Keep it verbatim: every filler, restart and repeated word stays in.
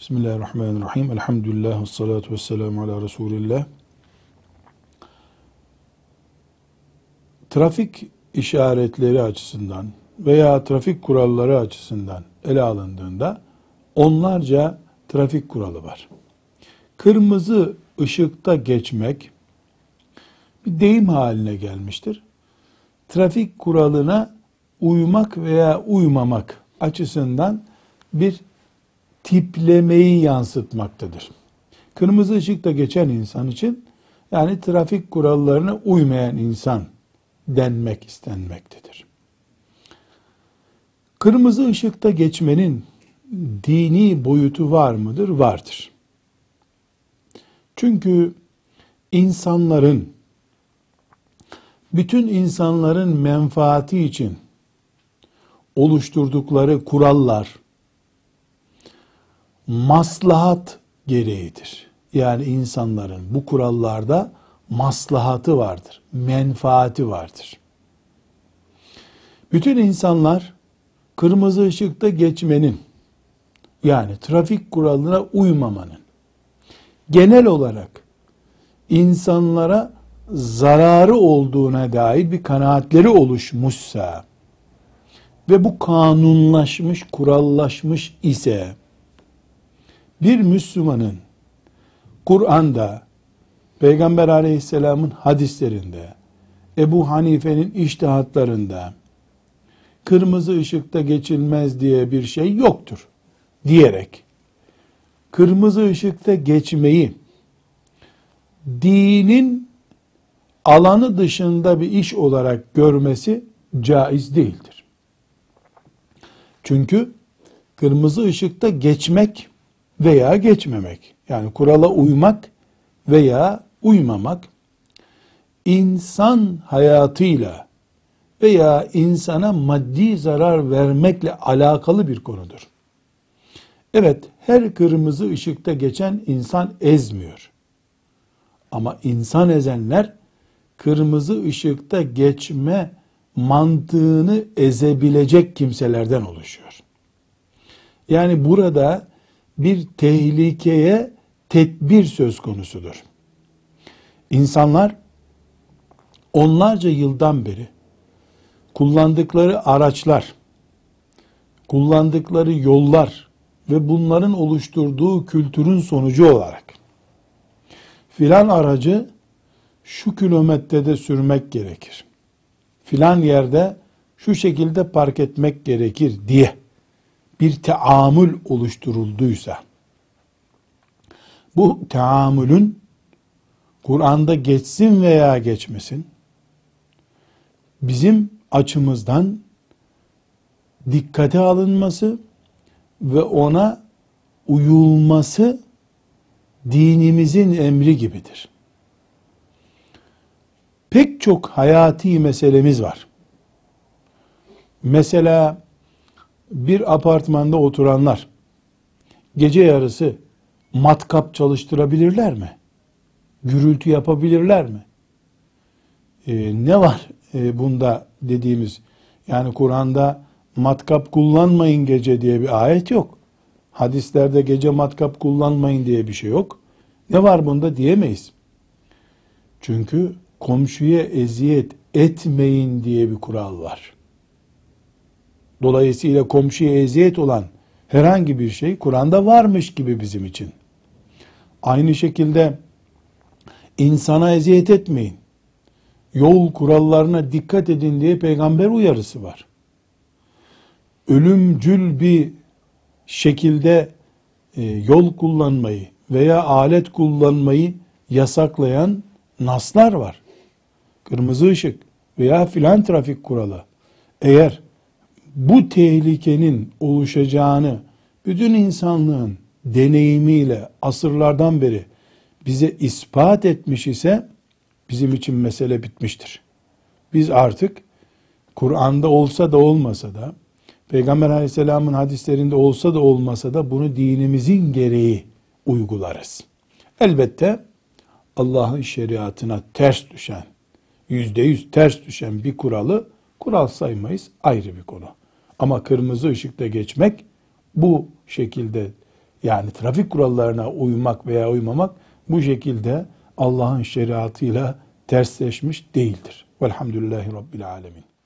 Bismillahirrahmanirrahim. Elhamdülillah ve salatu ve selamu ala Resulillah. Trafik işaretleri açısından veya trafik kuralları açısından ele alındığında onlarca trafik kuralı var. Kırmızı ışıkta geçmek bir deyim haline gelmiştir. Trafik kuralına uymak veya uymamak açısından bir tiplemeyi yansıtmaktadır. Kırmızı ışıkta geçen insan için, yani trafik kurallarına uymayan insan denmek istenmektedir. Kırmızı ışıkta geçmenin dini boyutu var mıdır? Vardır. Çünkü insanların, bütün insanların menfaati için oluşturdukları kurallar maslahat gereğidir. Yani insanların bu kurallarda maslahatı vardır, menfaati vardır. Bütün insanlar kırmızı ışıkta geçmenin, yani trafik kuralına uymamanın genel olarak insanlara zararı olduğuna dair bir kanaatleri oluşmuşsa ve bu kanunlaşmış, kurallaşmış ise, bir Müslümanın Kur'an'da, Peygamber aleyhisselamın hadislerinde, Ebu Hanife'nin içtihatlarında kırmızı ışıkta geçilmez diye bir şey yoktur diyerek kırmızı ışıkta geçmeyi dinin alanı dışında bir iş olarak görmesi caiz değildir. Çünkü kırmızı ışıkta geçmek veya geçmemek, yani kurala uymak veya uymamak, insan hayatıyla veya insana maddi zarar vermekle alakalı bir konudur. Evet, her kırmızı ışıkta geçen insan ezmiyor. Ama insan ezenler kırmızı ışıkta geçme mantığını ezebilecek kimselerden oluşuyor. Yani burada bir tehlikeye tedbir söz konusudur. İnsanlar onlarca yıldan beri kullandıkları araçlar, kullandıkları yollar ve bunların oluşturduğu kültürün sonucu olarak filan aracı şu kilometrede sürmek gerekir, filan yerde şu şekilde park etmek gerekir diye bir teamül oluşturulduysa, bu teamülün Kur'an'da geçsin veya geçmesin, bizim açımızdan dikkate alınması ve ona uyulması dinimizin emri gibidir. Pek çok hayati meselemiz var. Mesela bir apartmanda oturanlar gece yarısı matkap çalıştırabilirler mi? Gürültü yapabilirler mi? Ee, ne var e, bunda dediğimiz? Yani Kur'an'da matkap kullanmayın gece diye bir ayet yok. Hadislerde gece matkap kullanmayın diye bir şey yok. Ne var bunda diyemeyiz. Çünkü komşuya eziyet etmeyin diye bir kural var. Dolayısıyla komşuya eziyet olan herhangi bir şey Kur'an'da varmış gibi bizim için. Aynı şekilde insana eziyet etmeyin, yol kurallarına dikkat edin diye peygamber uyarısı var. Ölümcül bir şekilde e, yol kullanmayı veya alet kullanmayı yasaklayan naslar var. Kırmızı ışık veya filan trafik kuralı. Eğer bu tehlikenin oluşacağını bütün insanlığın deneyimiyle asırlardan beri bize ispat etmiş ise bizim için mesele bitmiştir. Biz artık Kur'an'da olsa da olmasa da, Peygamber Aleyhisselam'ın hadislerinde olsa da olmasa da bunu dinimizin gereği uygularız. Elbette Allah'ın şeriatına ters düşen, yüzde yüz ters düşen bir kuralı kural saymayız, ayrı bir konu. Ama kırmızı ışıkta geçmek bu şekilde yani trafik kurallarına uymak veya uymamak bu şekilde Allah'ın şeriatıyla tersleşmiş değildir. Velhamdülillahi Rabbil Alemin.